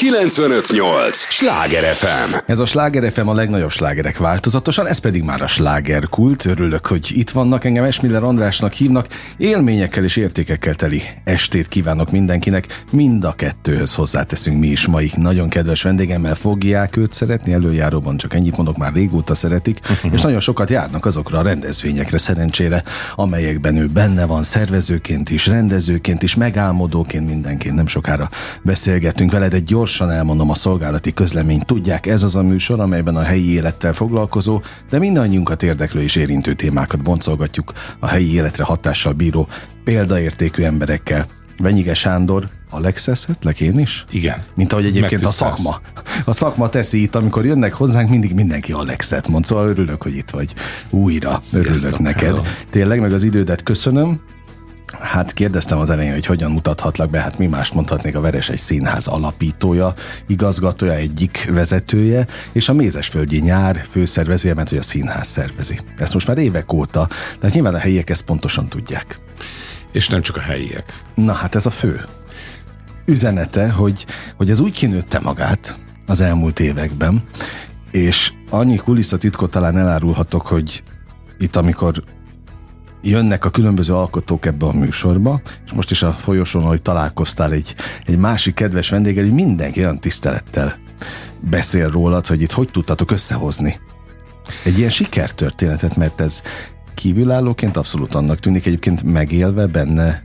95.8 Sláger FM. Ez a Sláger FM, a legnagyobb slágerek változatosan, ez pedig már a slágerkult. Örülök, hogy itt vannak, engem Esmiller Andrásnak hívnak. Élményekkel és értékekkel teli estét kívánok mindenkinek. Mind a kettőhöz hozzáteszünk mi is mai nagyon kedves vendégemmel. Fogják őt szeretni, előjáróban csak ennyit mondok, már régóta szeretik, és nagyon sokat járnak azokra a rendezvényekre szerencsére, amelyekben ő benne van, szervezőként is, rendezőként is, megálmodóként, mindenként. Nem sokára beszélgetünk vele, de gyorsan elmondom a szolgálati közleményt. Tudják, ez az a műsor, amelyben a helyi élettel foglalkozó, de mindannyiunkat érdeklő és érintő témákat boncolgatjuk a helyi életre hatással bíró példaértékű emberekkel. Venyige Sándor, Alexeszhetlek én is? Igen. Mint ahogy egyébként a szakma teszi itt, amikor jönnek hozzánk, mindig mindenki Alexet mond, szóval örülök, hogy itt vagy újra. Örülök Sziasztok, neked. hello. Tényleg, meg az idődet köszönöm. Hát kérdeztem az elején, hogy hogyan mutathatlak be, hát mi mást mondhatnék, a Veresegy Színház alapítója, igazgatója, egyik vezetője, és a Mézesföldi Nyár főszervezője, mert hogy a színház szervezi. Ezt most már évek óta, de hát nyilván a helyiek ezt pontosan tudják. És nem csak a helyiek. Na hát ez a fő üzenete, hogy ez úgy kinőtte magát az elmúlt években, és annyi kulisszatitkot talán elárulhatok, hogy itt amikor jönnek a különböző alkotók ebbe a műsorba, és most is a folyosón, hogy találkoztál egy másik kedves vendéggel, hogy mindenki olyan tisztelettel beszél rólad, hogy itt hogy tudtatok összehozni egy ilyen sikertörténetet, mert ez kívülállóként abszolút annak tűnik, egyébként megélve benne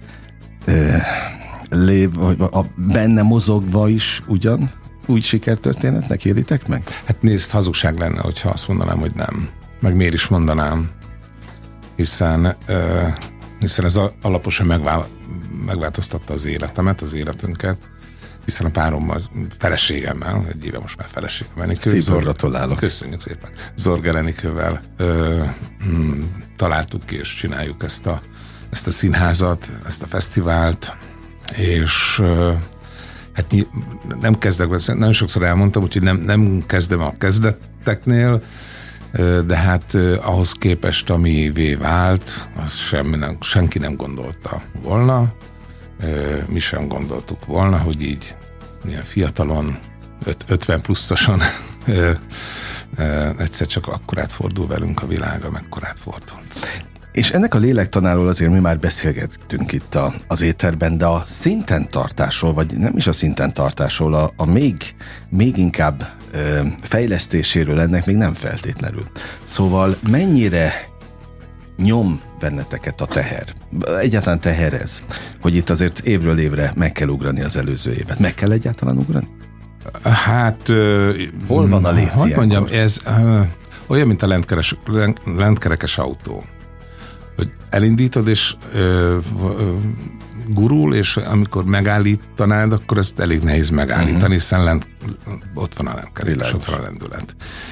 benne mozogva is ugyan úgy sikertörténetnek élitek meg? Hát nézd, hazugság lenne, hogyha azt mondanám, hogy nem. Meg miért is mondanám? Hiszen ez alaposan megváltoztatta az életemet, az életünket, hiszen a párommal, feleségemmel, egy éve most már feleségemmel, szívből gratulálok. Köszönjük szépen. Zorg Elenikővel találtuk és csináljuk ezt a színházat, ezt a fesztivált, és hát nem kezdek beszélni, nagyon sokszor elmondtam, úgyhogy nem kezdem a kezdeteknél, de hát ahhoz képest, amivé vált, azt senki nem gondolta volna, mi sem gondoltuk volna, hogy így ilyen fiatalon, 50 pluszosan egyszer csak akkorát fordul velünk a világ, amekkorát fordult. És ennek a lélektanáról azért mi már beszélgettünk itt az éterben, de a szinten tartásról, vagy nem is a szinten tartásról, a még inkább fejlesztéséről ennek még nem feltétlenül. Szóval mennyire nyom benneteket a teher? Egyáltalán teher ez, hogy itt azért évről évre meg kell ugrani az előző évet. Meg kell egyáltalán ugrani? Hát... hol van a léc hogy mondjam, ez olyan, mint a lentkerekes autó. Hogy elindítod, és gurul, és amikor megállítanád, akkor ezt elég nehéz megállítani, hiszen ott van a lentkerek, és ott van a lendület.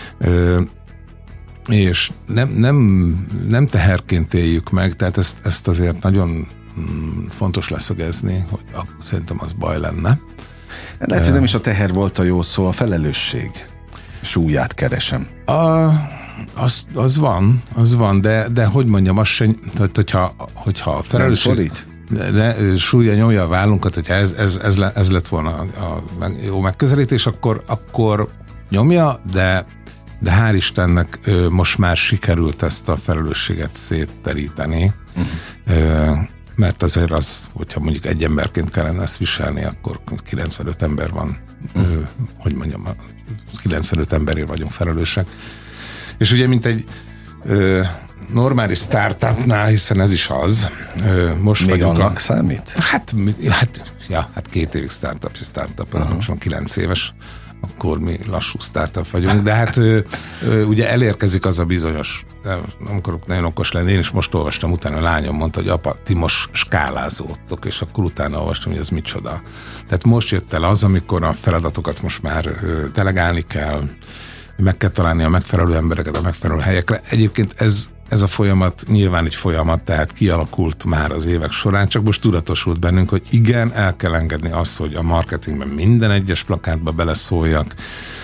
És nem teherként éljük meg, tehát ezt azért nagyon fontos leszögezni, hogy szerintem az baj lenne. Lehet, hogy nem is a teher volt a jó szó, a felelősség súlyát keresem. Az van, de hogy mondjam, az sem, hogyha a felelősség súlya nyomja a vállunkat, hogyha ez lett volna a jó megközelítés, akkor nyomja, de hál' Istennek most már sikerült ezt a felelősséget szétteríteni, mert azért hogyha mondjuk egy emberként kellene ezt viselni, akkor 95 ember van, hogy mondjam, 95 emberért vagyunk felelősek. És ugye, mint egy normális startupnál, hiszen ez is az. Most még vagyunk annak számít? Hát 2 évig startup, most van 9 éves, akkor mi lassú startup vagyunk, de hát ugye elérkezik az a bizonyos, nem akarok nagyon okos lenni, én is most olvastam utána, a lányom mondta, hogy apa, ti most skálázódtok, és akkor utána olvastam, hogy ez micsoda. Tehát most jött el az, amikor a feladatokat most már delegálni kell, meg kell találni a megfelelő embereket a megfelelő helyekre. Egyébként ez a folyamat nyilván egy folyamat, tehát kialakult már az évek során, csak most tudatosult bennünk, hogy igen, el kell engedni azt, hogy a marketingben minden egyes plakátba beleszóljak,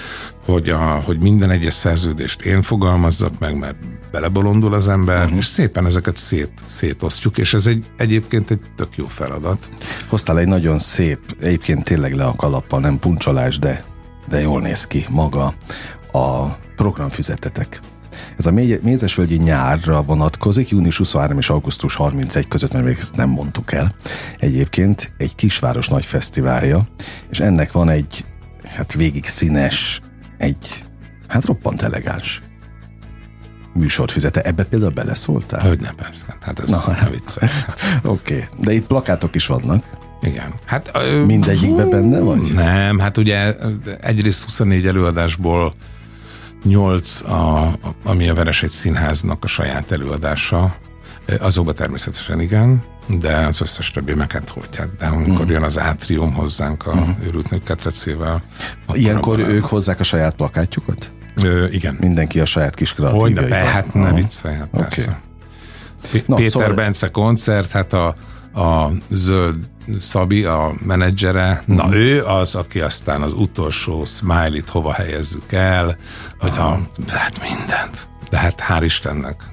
hogy minden egyes szerződést én fogalmazzak meg, mert belebolondul az ember, és szépen ezeket szétosztjuk, és ez egyébként egy tök jó feladat. Hoztál egy nagyon szép, egyébként tényleg le a kalappal, nem puncsolás, de jól néz ki maga a programfüzetetek. Ez a Mézesvölgyi nyárra vonatkozik, június 23 és augusztus 31 között, mert még ezt nem mondtuk el. Egyébként egy kisváros nagy fesztiválja, és ennek van egy, végig színes, egy, roppant elegáns műsorfüzete. Ebbe például beleszóltál? Hogyne, persze. Hát ez nem vicce. Oké. De itt plakátok is vannak. Igen. Mindegyikben benne vagy? Nem, ugye egyrészt 24 előadásból 8, ami a Veresegy Színháznak a saját előadása, azokban természetesen igen, de az összes többi meg de amikor jön az átrium hozzánk a Őrült Nők Ketrecével. Ilyenkor ők hozzák a saját plakátjukat? Igen. Mindenki a saját kis kreatívjaival. Ne viccelj, persze. Péter Bence koncert, a Zöld Szabi, a menedzsere, ő az, aki aztán az utolsó smiley-t hova helyezzük el, hogy mindent. De hál' Istennek,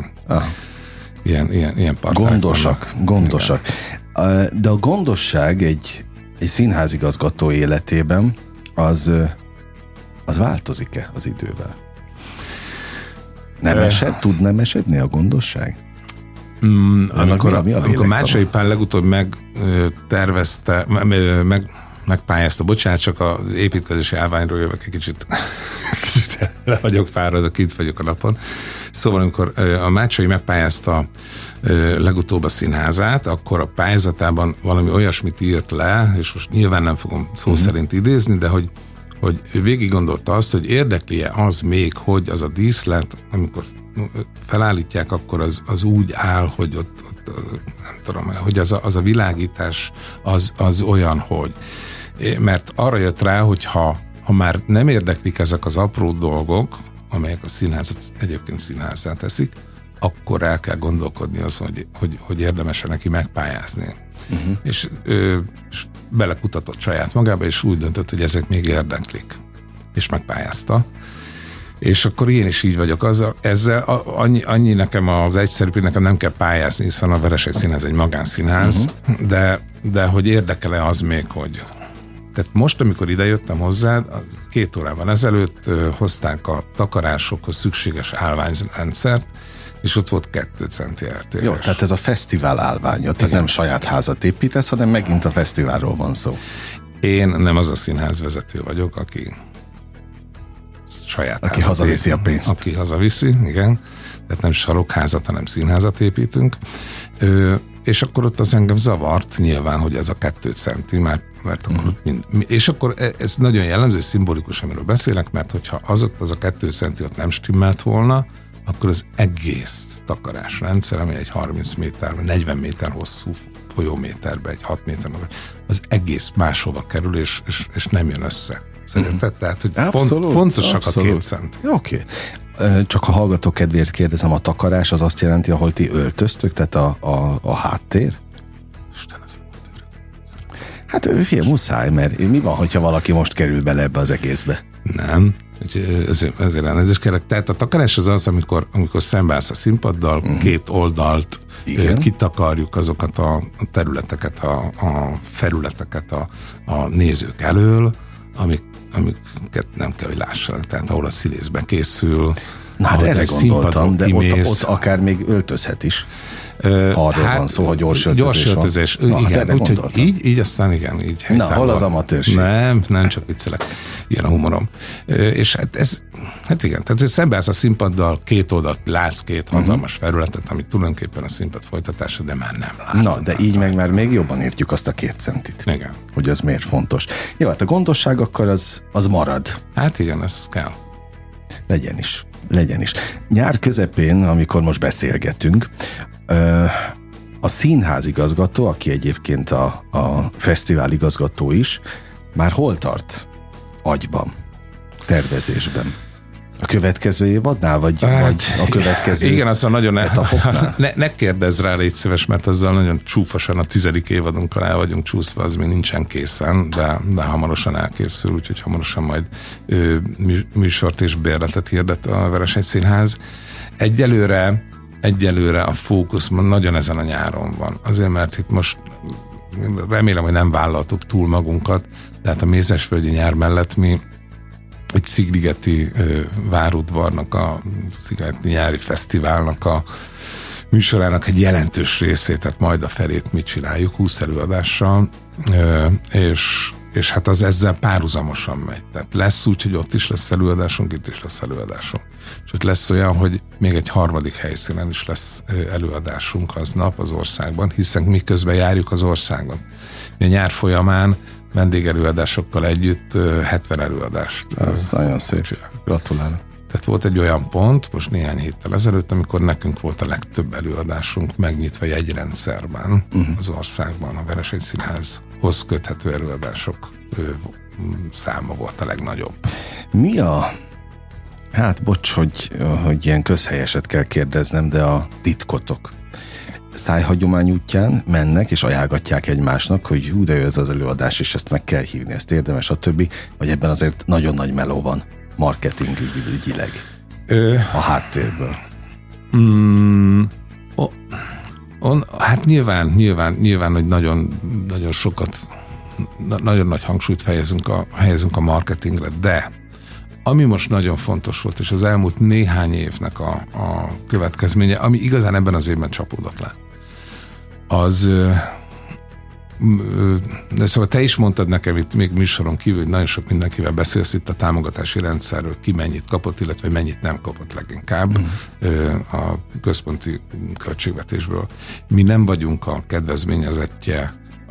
ilyen partnák Gondosak. De a gondosság egy színházigazgató életében az változik-e az idővel? Tud nem esedni a amikor Mácsai Pál legutóbb megtervezte, megpályázta, csak az építkezési állványról jövök egy kicsit le vagyok fáradva, itt vagyok a napon. Szóval amikor a Mácsai megpályázta legutóbb a színházát, akkor a pályázatában valami olyasmit írt le, és most nyilván nem fogom szó szerint idézni, de hogy végig gondolta azt, hogy érdekli-e az még, hogy az a díszlet, amikor felállítják, akkor az úgy áll, hogy ott nem tudom, hogy az a világítás az olyan, hogy. Mert arra jött rá, hogy ha már nem érdeklik ezek az apró dolgok, amelyek a színházat egyébként színházzá teszik, akkor el kell gondolkodni azon, hogy érdemes-e neki megpályázni. És belekutatott saját magába, és úgy döntött, hogy ezek még érdeklik. És megpályázta. És akkor én is így vagyok ezzel. Annyi nekem az egyszerű, hogy nekem nem kell pályázni, hiszen a Veresegy Színház egy magánszínház, de hogy érdekel-e az még, hogy... Tehát most, amikor idejöttem hozzád, 2 órával ezelőtt hozták a takarásokhoz szükséges állványrendszert, és ott volt 2 centi eltérés. Jó, tehát ez a fesztivál állványa, tehát nem saját házat építesz, hanem megint a fesztiválról van szó. Én nem az a színházvezető vagyok, aki hazaviszi a pénzt. Aki hazaviszi, igen. Tehát nem sarokházat, hanem színházat építünk. És akkor ott az engem zavart nyilván, hogy ez a 2 centi, mert akkor és akkor ez nagyon jellemző, szimbolikus, amiről beszélek, mert hogyha az a 2 centi ott nem stimmelt volna, akkor az egész takarásrendszer, ami egy 30 méter, 40 méter hosszú folyóméterbe, egy 6 méter magas, az egész máshova kerül, és nem jön össze. Szerinted? Tehát, hogy fontosak a 2 cent. Oké. Csak a hallgató kedvéért kérdezem, a takarás az azt jelenti, ahol ti öltöztök, tehát a háttér? Isten, ez Hát muszáj, mert mi van, hogyha valaki most kerül bele ebbe az egészbe? Nem. Ezért elnézést kérlek. Tehát a takarás az, amikor szembeállsz a színpaddal, 2 oldalt kitakarjuk azokat a területeket, a felületeket a nézők elől, amiket nem kell, hogy lássanak. Tehát ahol a színészbe készül. Na hát erre gondoltam, de ott akár még öltözhet is. Arról van szó, hogy gyors öltözés van. Igen, úgyhogy így aztán igen. Így na, hol az amatőrség? Nem csak viccelek. Ilyen a humorom. És hát igen, tehát szembeállsz a színpaddal, 2 oldalt látsz 2 hatalmas felületet, ami tulajdonképpen a színpad folytatása, de már nem látod. Na, de így meg már még jobban értjük azt a 2 centit. Igen. Hogy az miért fontos. Jó, hát a gondosság akkor az marad. Hát igen, ez kell. Legyen is. Nyár közepén, amikor most beszélgetünk, a színházigazgató, aki egyébként a fesztivál igazgató is, már hol tart agyban, tervezésben? A következő évadnál, vagy a következő igen, aztán nagyon etapoknál? Ne kérdezz rá, légy szíves, mert azzal nagyon csúfosan a 10. évadunkkal el vagyunk csúszva, az még nincsen készen, de hamarosan elkészül, úgyhogy hamarosan majd műsort és bérletet hirdet a Vereshegy Színház. Egyelőre a fókusz nagyon ezen a nyáron van. Azért, mert itt most remélem, hogy nem vállaltuk túl magunkat, de hát a Mézesföldi nyár mellett mi egy Szigligeti várudvarnak, a Szigligeti nyári fesztiválnak a műsorának egy jelentős részét, tehát majd a felét mi csináljuk 20 előadással, és hát az ezzel párhuzamosan megy. Tehát lesz úgy, hogy ott is lesz előadásunk, itt is lesz előadásunk. És ott lesz olyan, hogy még egy harmadik helyszínen is lesz előadásunk aznap az országban, hiszen mi közben járjuk az országon. Mi a nyár folyamán vendégelőadásokkal együtt 70 előadást. Ez nagyon szép. Gratulálok. Tehát volt egy olyan pont, most néhány héttel ezelőtt, amikor nekünk volt a legtöbb előadásunk megnyitva jegyrendszerben az országban. A Vereshegy Színházhoz köthető előadások száma volt a legnagyobb. Mi hát bocs, hogy ilyen közhelyeset kell kérdeznem, de a titkotok? Szájhagyomány útján mennek és ajánlgatják egymásnak, hogy hú, de jó ez az előadás, és ezt meg kell hívni, ezt érdemes, a többi, vagy ebben azért nagyon nagy meló van marketingügyileg a háttérből. Hát nyilván, hogy nagyon sokat, nagyon nagy hangsúlyt helyezünk a marketingre, de ami most nagyon fontos volt, és az elmúlt néhány évnek a következménye, ami igazán ebben az évben csapódott le, az de szóval te is mondtad nekem itt még műsoron kívül, hogy nagyon sok mindenkivel beszélsz itt a támogatási rendszerről, ki mennyit kapott, illetve mennyit nem kapott leginkább a központi költségvetésből. Mi nem vagyunk a kedvezményezettje,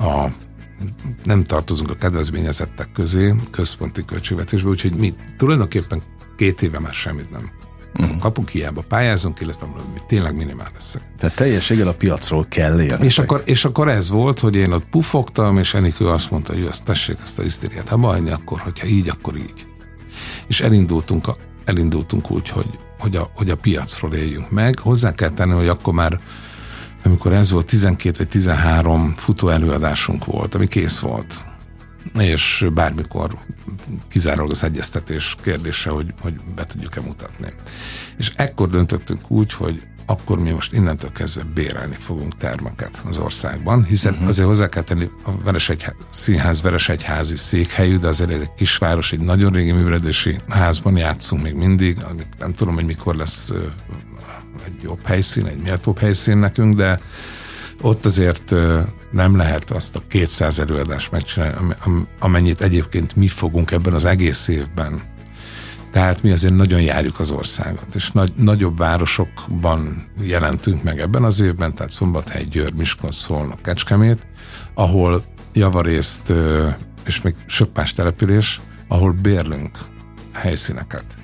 nem tartozunk a kedvezményezettek közé központi költségvetésbe, úgyhogy mi tulajdonképpen 2 éve már semmit nem kapunk, hiába pályázunk, illetve mi tényleg minimál lesz. Tehát teljességgel a piacról kell élni. És akkor ez volt, hogy én ott pufogtam, és Enikő azt mondta, hogy azt tessék ezt a hisztériát, ha bajni, akkor hogyha így, akkor így. És elindultunk úgy, hogy a piacról éljünk meg. Hozzá kell tenni, hogy akkor már, amikor ez volt, 12 vagy 13 futó előadásunk volt, ami kész volt. És bármikor kizárólag az egyeztetés kérdése, hogy be tudjuk-e mutatni. És ekkor döntöttünk úgy, hogy akkor mi most innentől kezdve bérelni fogunk termeket az országban, hiszen azért hozzá kell tenni, a Színház Veresegyházi székhelyű, de azért ez egy kisváros, egy nagyon régi művelődési házban játszunk még mindig, amit nem tudom, hogy mikor lesz egy jobb helyszín, egy méltóbb helyszín nekünk, de ott azért nem lehet azt a 200 előadást megcsinálni, amennyit egyébként mi fogunk ebben az egész évben. Tehát mi azért nagyon járjuk az országot, és nagyobb városokban jelentünk meg ebben az évben, tehát Szombathely, Győr, Miskolc, Szolnok, Kecskemét, ahol javarészt, és még sok más település, ahol bérlünk helyszíneket.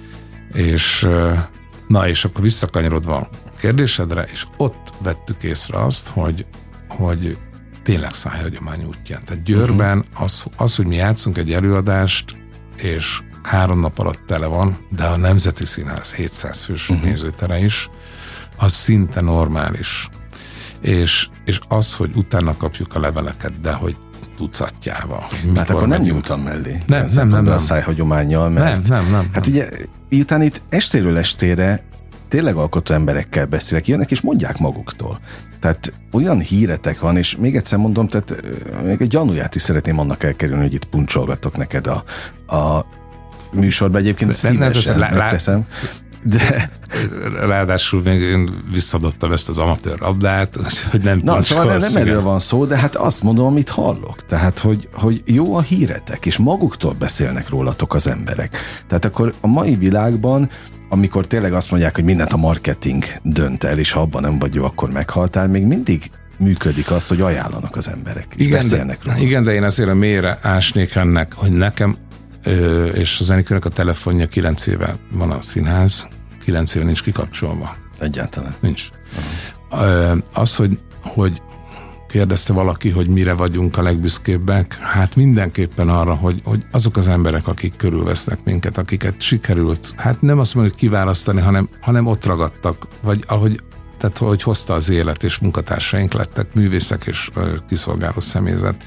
És akkor visszakanyarodva a kérdésedre, és ott vettük észre azt, hogy tényleg szájhagyomány útján. Tehát Győrben az, hogy mi játszunk egy előadást, és 3 nap alatt tele van, de a Nemzeti Színház 700 fős nézőtere is, az szinte normális. És az, hogy utána kapjuk a leveleket, de hogy tucatjával. Hát akkor nem nyújtam mellé. Nem. A szájhagyománnyal, mert nem. Hát ugye, miután itt estéről estére tényleg alkotó emberekkel beszélek, jönnek és mondják maguktól. Tehát olyan híretek van, és még egyszer mondom, tehát még egy gyanúját is szeretném annak elkerülni, hogy itt puncsolgatok neked a műsorban. Egyébként szívesen megteszem. De ráadásul még én visszadottam ezt az amatőr labdát, hogy nem na, szóval nem erről van szó, de hát azt mondom, amit hallok. Tehát, hogy jó a híretek, és maguktól beszélnek rólatok az emberek. Tehát akkor a mai világban, amikor tényleg azt mondják, hogy mindent a marketing dönt el, és ha abban nem vagy jó, akkor meghaltál, még mindig működik az, hogy ajánlanak az emberek, és beszélnek róla. Igen, de én azért a mélyre ásnék ennek, hogy nekem és az Enikőnek a telefonja 9 éve van a színház, 9 éve nincs kikapcsolva. Egyáltalán. Nincs. Az, hogy kérdezte valaki, hogy mire vagyunk a legbüszkébbek, hát mindenképpen arra, hogy azok az emberek, akik körülvesznek minket, akiket sikerült, hát nem azt mondjuk kiválasztani, hanem ott ragadtak, vagy tehát hogy hozta az élet, és munkatársaink lettek, művészek és kiszolgáló személyzet.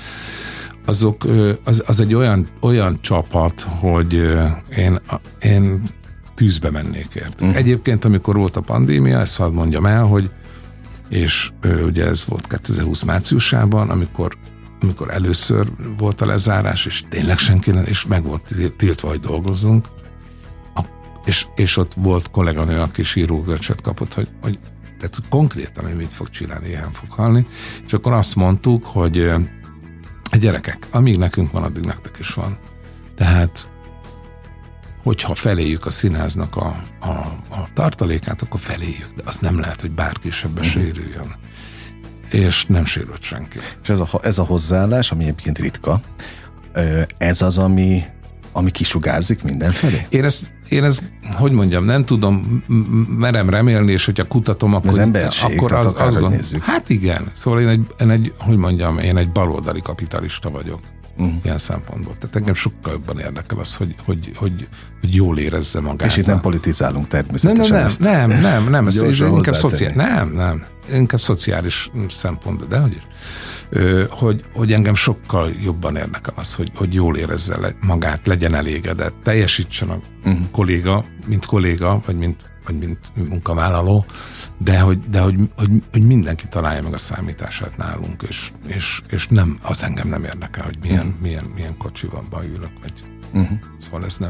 Az egy olyan csapat, hogy én tűzbe mennék értük. Egyébként, amikor volt a pandémia, ezt hadd mondjam el, hogy és ugye ez volt 2020 márciusában, amikor először volt a lezárás, és tényleg senki nem, és meg volt tiltva, hogy dolgozzunk, és ott volt kolléganő, aki sírógörcsöt kapott, hogy tehát konkrétan, hogy mit fog csinálni, ilyen fog halni, és akkor azt mondtuk, hogy gyerekek, amíg nekünk van, addig nektek is van. Tehát hogyha feléjük a színháznak a tartalékát, akkor feléjük, de az nem lehet, hogy bárki sebbe sérüljön. És nem sérült senki. És ez a hozzáállás, ami egyébként ritka, ez az, ami kisugárzik mindenfelé? Én ezt, hogy mondjam, nem tudom, merem remélni, és hogyha kutatom, akkor... Az emberség, akkor tehát akárhogy nézzük. Hát igen, szóval én egy baloldali kapitalista vagyok. Ilyen szempontból. Tehát engem sokkal jobban érdekel az, hogy jól érezze magát. És itt nem politizálunk természetesen. Nem. Inkább szociális szempontból, de hogy is. Hogy engem sokkal jobban érdekel az, hogy jól érezze magát, legyen elégedett, teljesítsen a kolléga, vagy mint munkavállaló, de hogy mindenki találja meg a számítását nálunk, és nem, az engem nem érdekel, hogy milyen kocsiban ülök, vagy szóval ez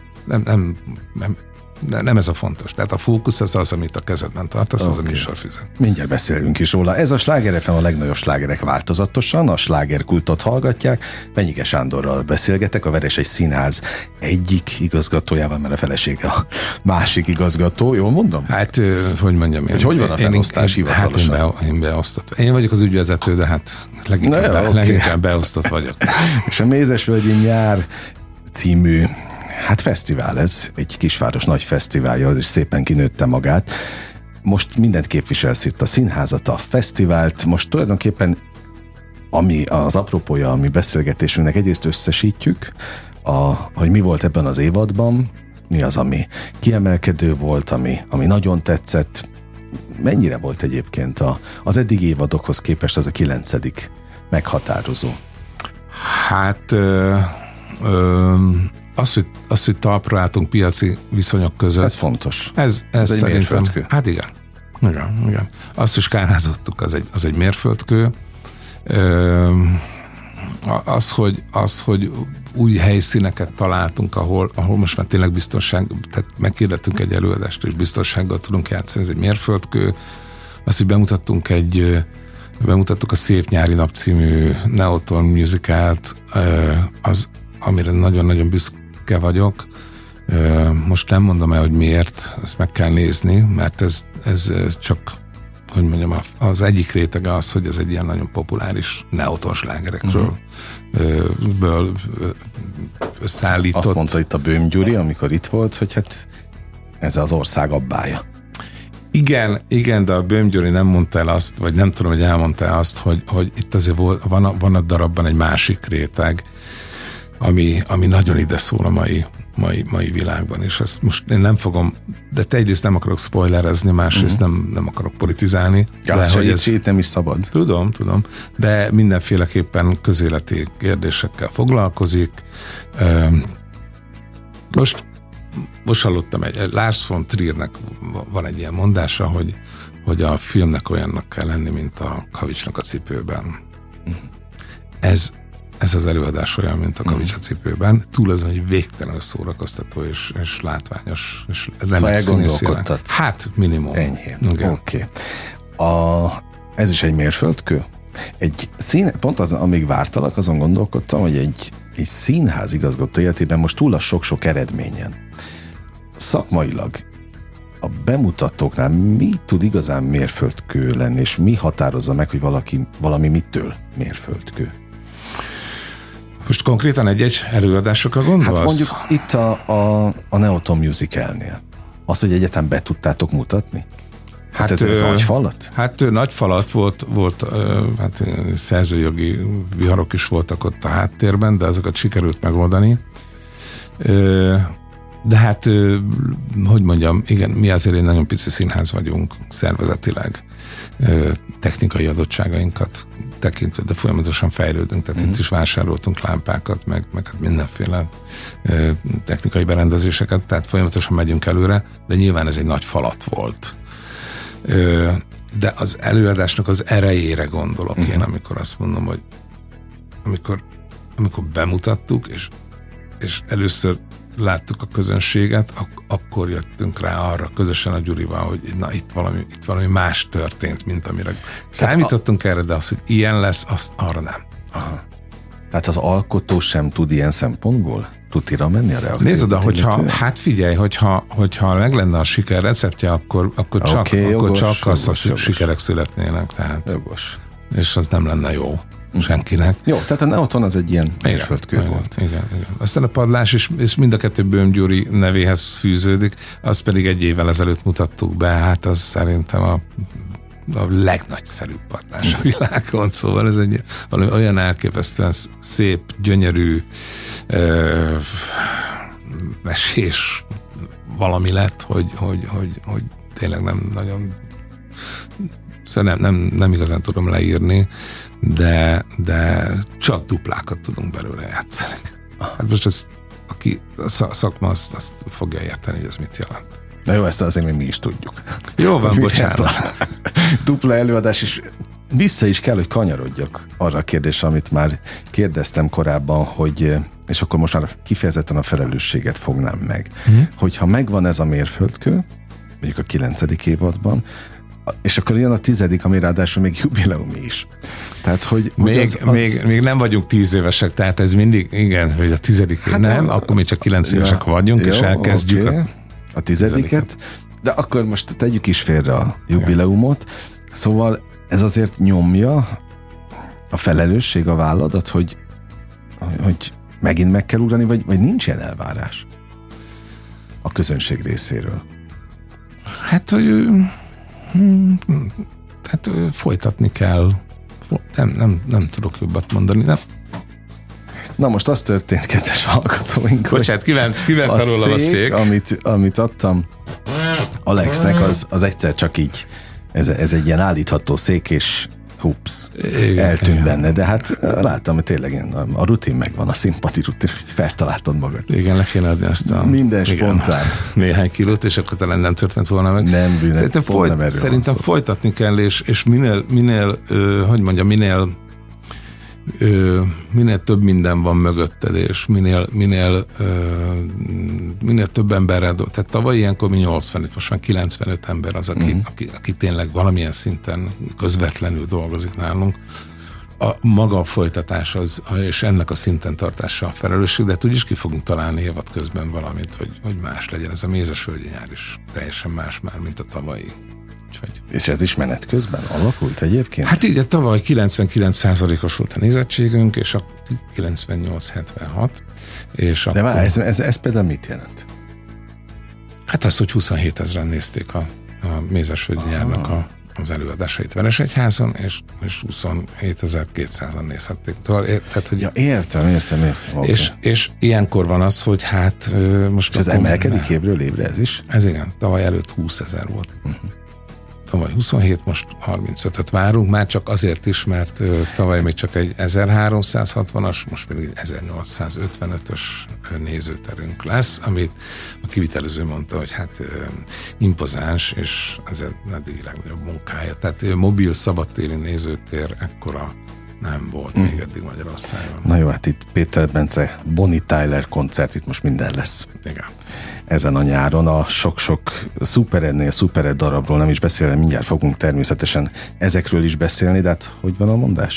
nem ez a fontos. Tehát a fókusz az, amit a kezedben tartasz, az a műsorfüzet. Mindjárt beszélünk is róla. Ez a Sláger FM, a legnagyobb slágerek változatosan, a slágerkultot hallgatják. Penyike Sándorral beszélgetek, a Veresei Színház egyik igazgatójával, mert a felesége a másik igazgató, jól mondom? Hát, hogy mondjam én. Hogy van a felosztás hivatalosan? Hát én beosztott. Én vagyok az ügyvezető, de hát leginkább beosztott vagyok. És a Mézesvölgyi Nyár című fesztivál ez, egy kisváros nagy fesztiválja, és szépen kinőtte magát. Most mindent képviselsz itt, a színházat, a fesztivált, most tulajdonképpen ami az apropója a mi beszélgetésünknek, egyrészt összesítjük, hogy mi volt ebben az évadban, mi az, ami kiemelkedő volt, ami nagyon tetszett, mennyire volt egyébként az eddigi évadokhoz képest az a 9. meghatározó? Hát... Az, hogy talpra álltunk piaci viszonyok között. Ez fontos. Ez egy mérföldkő. Hát igen. Azt, hogy skálázottuk, az egy mérföldkő. Az, hogy új helyszíneket találtunk, ahol most már tényleg tehát megkérdettünk egy előadást, és biztonsággal tudunk játszani, ez egy mérföldkő. Az, hogy bemutattuk a Szép nyári nap című Neoton musicalt, amire nagyon-nagyon büszke vagyok. Most nem mondom el, hogy miért, ezt meg kell nézni, mert ez csak, hogy mondjam, az egyik rétege az, hogy ez egy ilyen nagyon populáris neoton slágerekről összeállított. Azt mondta itt a Böhm Gyuri, amikor itt volt, hogy hát ez az ország abbája. Igen, de a Böhm Gyuri nem mondta el azt, vagy nem tudom, hogy elmondta azt, hogy itt azért van a darabban egy másik réteg, ami nagyon ide szól a mai világban, és ezt most én nem fogom, de egyrészt nem akarok spoilerezni, másrészt nem akarok politizálni. De hogy ez nem is szabad. Tudom, de mindenféleképpen közéleti kérdésekkel foglalkozik. Most hallottam, Lars von Triernek van egy ilyen mondása, hogy a filmnek olyannak kell lenni, mint a kavicsnak a cipőben. Ez az előadás olyan, mint a kavics a cipőben. Túl azon, hogy végtelenül szórakoztató és látványos. És szóval elgondolkodtat. Hát, minimum. Enyhén. Oké. Ez is egy mérföldkő? Pont az, amíg vártalak, azon gondolkodtam, hogy egy színház igazgató életében most túl a sok-sok eredményen. Szakmailag a bemutatóknál mi tud igazán mérföldkő lenni, és mi határozza meg, hogy valami mitől mérföldkő? Most konkrétan egy-egy előadásokra gondolsz? Hát mondjuk itt a Neoton Musicalnél. Az, hogy egyetem be tudtátok mutatni? Hát ez nagy falat? Hát nagy falat volt hát szerzőjogi viharok is voltak ott a háttérben, de azokat sikerült megoldani. De hát, hogy mondjam, igen, mi azért egy nagyon pici színház vagyunk szervezetileg, technikai adottságainkat tekintve, de folyamatosan fejlődünk, tehát itt is vásároltunk lámpákat, meg hát mindenféle technikai berendezéseket, tehát folyamatosan megyünk előre, de nyilván ez egy nagy falat volt. De az előadásnak az erejére gondolok én, amikor azt mondom, hogy amikor bemutattuk, és először láttuk a közönséget, akkor jöttünk rá arra közösen a Gyurival, hogy na itt valami más történt, mint amire számítottunk erre, de az, hogy ilyen lesz, arra nem. Aha. Tehát az alkotó sem tud ilyen szempontból tutira menni a reakciót? Nézd oda, hát figyelj, hogyha meg lenne a siker receptje, akkor csak az sikerek születnének. Tehát. Jogos. És az nem lenne jó senkinek. Jó, tehát a Neoton az egy ilyen mérföldkő volt. Igen. Aztán a padlás és mind a kettő Böhm Gyuri nevéhez fűződik, azt pedig 1 évvel ezelőtt mutattuk be, hát az szerintem a legnagyszerűbb padlás a világon, szóval ez egy valami olyan elképesztően szép, gyönyörű mesés valami lett, hogy tényleg nem nagyon nem igazán tudom leírni, de csak duplákat tudunk belőle játszani. Hát most aki a szakma azt fogja érteni, hogy ez mit jelent. Na jó, ezt azért még mi is tudjuk. Jó van, bocsánat. Dupla előadás, és vissza is kell, hogy kanyarodjak arra a kérdésre, amit már kérdeztem korábban, hogy, és akkor most már kifejezetten a felelősséget fognám meg, hogyha megvan ez a mérföldkő, mondjuk a 9. évadban, és akkor jön a 10., ami ráadásul még jubileum is. Tehát, hogy még nem vagyunk 10 évesek, tehát ez mindig, igen, hogy a 10. Hát nem, akkor még csak 9 évesek vagyunk, jó, és elkezdjük a 10. De akkor most tegyük is félre a jubileumot. Szóval ez azért nyomja a felelősség, a válladat, hogy megint meg kell ugrani, vagy nincs ilyen elvárás a közönség részéről? Hát, hogy folytatni kell. Nem tudok jobbat mondani, nem? Na most az történt, kedves hallgatóink, bocsánat, kiment arról a szék. Amit adtam Alexnek, az egyszer csak így, ez egy ilyen állítható szék, és hups, eltűnt benne, de hát láttam, hogy tényleg a rutin megvan, a szimpati rutin, hogy feltaláltad magad. Igen, le kéne adni ezt a... Minden spontán. Néhány kilót, és akkor talán nem történt volna meg. Nem bűnök, szerintem folytatni kell, és minél hogy mondjam, minél több minden van mögötted, és minél több emberrel tehát tavaly ilyenkor mi 85, most már 95 ember az, aki tényleg valamilyen szinten közvetlenül dolgozik nálunk. A maga a folytatás és ennek a szinten tartása a felelősség, de hát úgyis ki fogunk találni évad közben valamit, hogy más legyen. Ez a Mézesvölgyi nyár is teljesen más már, mint a tavalyi. És ez is menet közben alakult egyébként? Hát így, tavaly 99%-os volt a nézettségünk, és a 98-76. És de már ez például mit jelent? Hát az, hogy 27 000 nézték a Mézesvölgyi nyárnak az előadásait Veresegyházon, és 27 200-an nézhették. Tehát, hogy értem. Okay. És ilyenkor van az, hogy hát most... És ez emelkedik évről évre ez is? Ez igen, tavaly előtt 20 000 volt. Tavaly 27, most 35-öt várunk, már csak azért is, mert tavaly még csak egy 1360-as, most pedig egy 1855-ös nézőterünk lesz, amit a kivitelező mondta, hogy hát impozáns, és ez eddig legnagyobb munkája. Tehát mobil szabadtéri nézőtér ekkora nem volt még eddig Magyarországon. Na jó, hát itt Péter Bence, Bonnie Tyler koncert, itt most minden lesz. Igen. Ezen a nyáron a sok-sok szuperednél szupered darabról nem is beszélve, mindjárt fogunk természetesen ezekről is beszélni, de hát hogy van a mondás?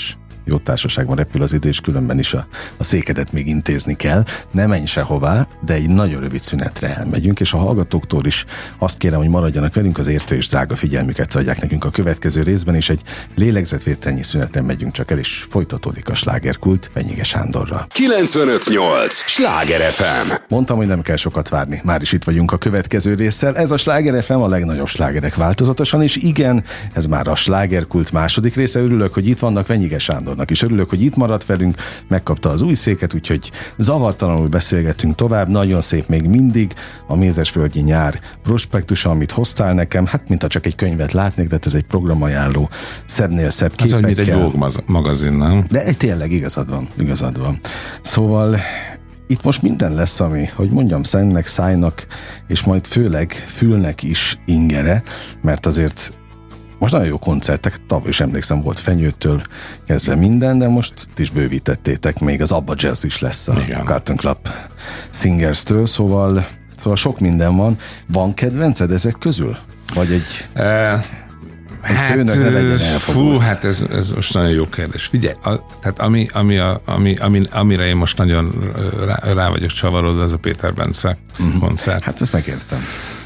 jó társaságban repül az idő, és különben is a székedet még intézni kell. Ne menj sehová, de egy nagyon rövid szünetre elmegyünk, és a hallgatóktól is azt kérem, hogy maradjanak velünk, az értő és drága figyelmüket adják nekünk a következő részben, és egy lélegzetvételnyi szünetre megyünk csak el, és folytatódik a slágerkult Venyige Sándorral. 95.8 Sláger FM. Mondtam, hogy nem kell sokat várni, már is itt vagyunk a következő résszel. Ez a Sláger FM, a legnagyobb slágerek változatosan, és igen, ez már a slágerkult második része. Örülök, hogy itt vannak, Venyige Sándornak is örülök, hogy itt maradt velünk, megkapta az új széket, úgyhogy zavartalanul beszélgetünk tovább. Nagyon szép még mindig a Mézesvölgyi nyár prospektusa, amit hoztál nekem, hát mintha csak egy könyvet látnék, de ez egy programajánló, szebbnél szebb képekkel. Hát, mint egy Vogue magazin, nem? De tényleg igazad van. Szóval itt most minden lesz, ami, hogy mondjam, szemnek, szájnak, és majd főleg fülnek is ingere, mert azért most nagyon jó koncertek, tavaly is emlékszem, volt Fenyőtől kezdve minden, de most is bővítettétek, még az Abba Jazz is lesz a Carlton Club Singers-től, szóval sok minden van. Van kedvenced ezek közül? Vagy egy főnök ne legyen elfogult? Hát ez most nagyon jó kérdés. Figyelj, tehát amire én most nagyon rá vagyok csavarodva, az a Péter Bence koncert. Hát ezt megértem.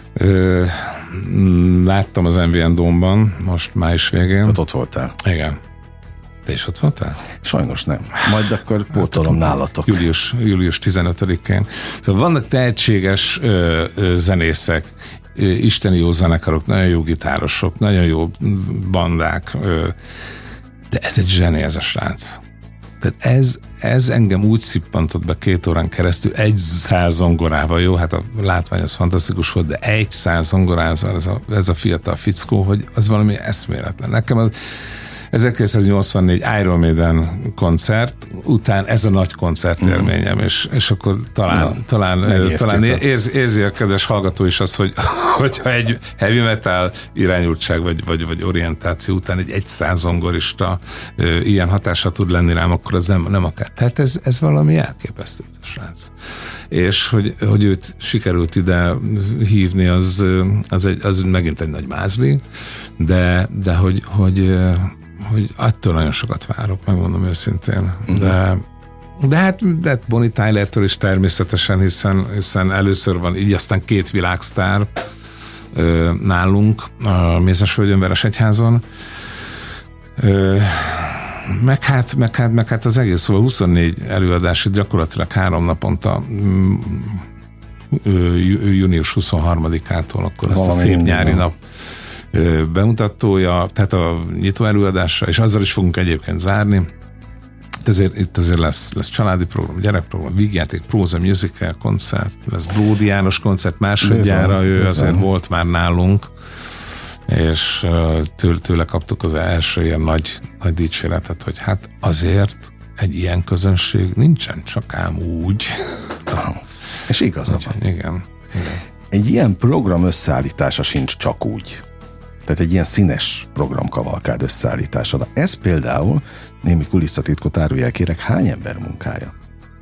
Láttam az MVM Dome-ban most május végén. Ott voltál? Igen. Te is ott voltál? Sajnos nem. Majd akkor pótolom nálatok. Július 15-én. Szóval vannak tehetséges zenészek, isteni jó zenekarok, nagyon jó gitárosok, nagyon jó bandák, de ez egy zseni, ez a srác. Tehát ez engem úgy szippantott be 2 órán keresztül 100 zongorával, jó, hát a látvány az fantasztikus volt, de 100 zongorával ez a fiatal fickó, hogy az valami eszméletlen. Nekem az 1984 Iron Maiden koncert után ez a nagy koncertélményem, és akkor talán érzi a kedves hallgató is azt, hogyha egy heavy metal irányultság vagy orientáció után egy 100 zongorista ilyen hatása tud lenni rám, akkor az nem akár. Tehát ez valami elképesztő, ez a srác. És hogy őt sikerült ide hívni, az megint egy nagy mázli, de hogy attól nagyon sokat várok, megmondom őszintén. De hát Bonnie Tylertől is természetesen, hiszen először van így, aztán 2 világsztár nálunk a Mézesvölgyön, Veresegyházon. Meg hát az egész, szóval 24 előadás, gyakorlatilag 3 naponta június 23-ától, akkor ezt a szép nyári nap bemutatója, tehát a nyitó előadásra, és azzal is fogunk egyébként zárni. Itt azért lesz családi program, gyerekprogram, vígjáték, próza, musical, koncert, lesz Bródi János koncert másodjára, ő azért volt már nálunk, és tőle kaptuk az első ilyen nagy dicséretet, hogy hát azért egy ilyen közönség nincsen csak ám úgy. És igazad van. Igen. Egy ilyen program összeállítása sincs csak úgy. Tehát egy ilyen színes programkavalkád összeállítása. De ez például, némi kulisszatitkot árulják, kérek, hány ember munkája?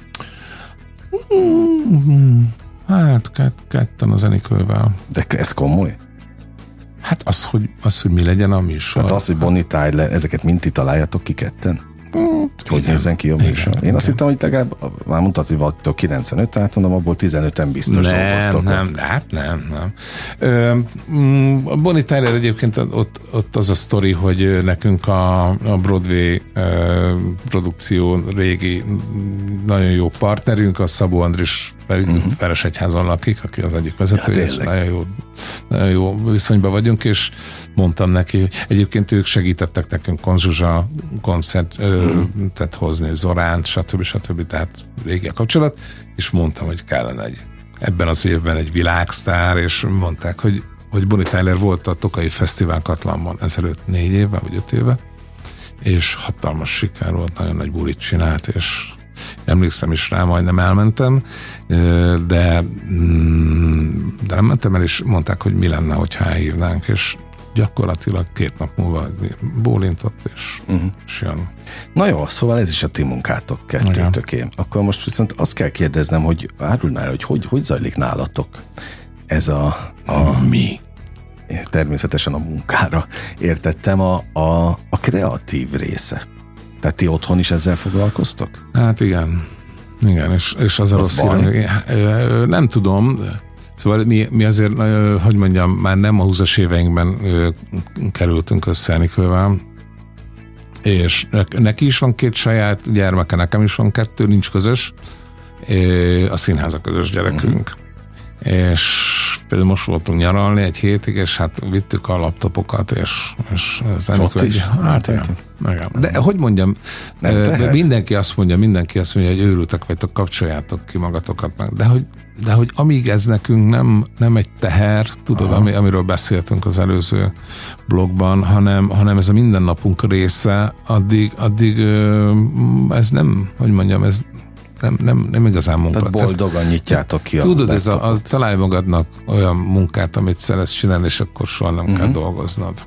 Hát ketten az Enikővel. De ez komoly? Hát az, hogy mi legyen a műsor. Tehát az, hogy Bonnie Tyler, ezeket mind ti találjátok ki ketten? Hogy nézzen ki a műsor? Én azt hittem, hogy legalább, már mondtad, hogy vagytok 95, tehát mondom, abból 15-en biztos dolgoztok. Nem. Bonnie Tyler egyébként ott az a sztori, hogy nekünk a Broadway produkció régi nagyon jó partnerünk, a Szabó Andris Veresegyházon lakik, aki az egyik vezető, és nagyon jó viszonyban vagyunk, és mondtam neki, hogy egyébként ők segítettek nekünk Konzsuzsa koncertet hozni, Zoránt, stb. Tehát régi a kapcsolat, és mondtam, hogy kellene ebben az évben egy világsztár, és mondták, hogy Bonnie Tyler volt a Tokai Fesztivál Katlanban ezelőtt 4 éve, vagy 5 éve, és hatalmas siker volt, nagyon nagy bulit csinált, és emlékszem is rá, majdnem elmentem, de nem mentem el, és mondták, hogy mi lenne, hogyha elhívnánk, és gyakorlatilag 2 nap múlva bólintott, és jön. Na jó, szóval ez is a ti munkátok, kettőtöké. Akkor most viszont azt kell kérdeznem, hogy áruld már, hogy zajlik nálatok ez a mi? Természetesen a munkára értettem a kreatív része. Tehát ti otthon is ezzel foglalkoztok? Hát igen, és az a rossz hír, nem tudom, szóval mi azért, hogy mondjam, már nem a 20-as éveinkben kerültünk össze Enikővel, és neki is van 2 saját gyermeke, nekem is van 2, nincs közös, a színház a közös gyerekünk. És például most voltunk nyaralni egy hétig, és hát vittük a laptopokat, és az Enikő is. Hát, igen. De hogy mondjam, mindenki azt mondja, hogy őrültek vagytok, kapcsoljátok ki magatokat meg, de hogy amíg ez nekünk nem egy teher, tudod, amiről beszéltünk az előző blogban, hanem ez a mindennapunk része, addig ez nem, hogy mondjam, ez nem igazán munka. Tehát boldogan nyitjátok ki a tudod, ez találj magadnak olyan munkát, amit szeretsz csinálni, és akkor soha nem kell dolgoznod.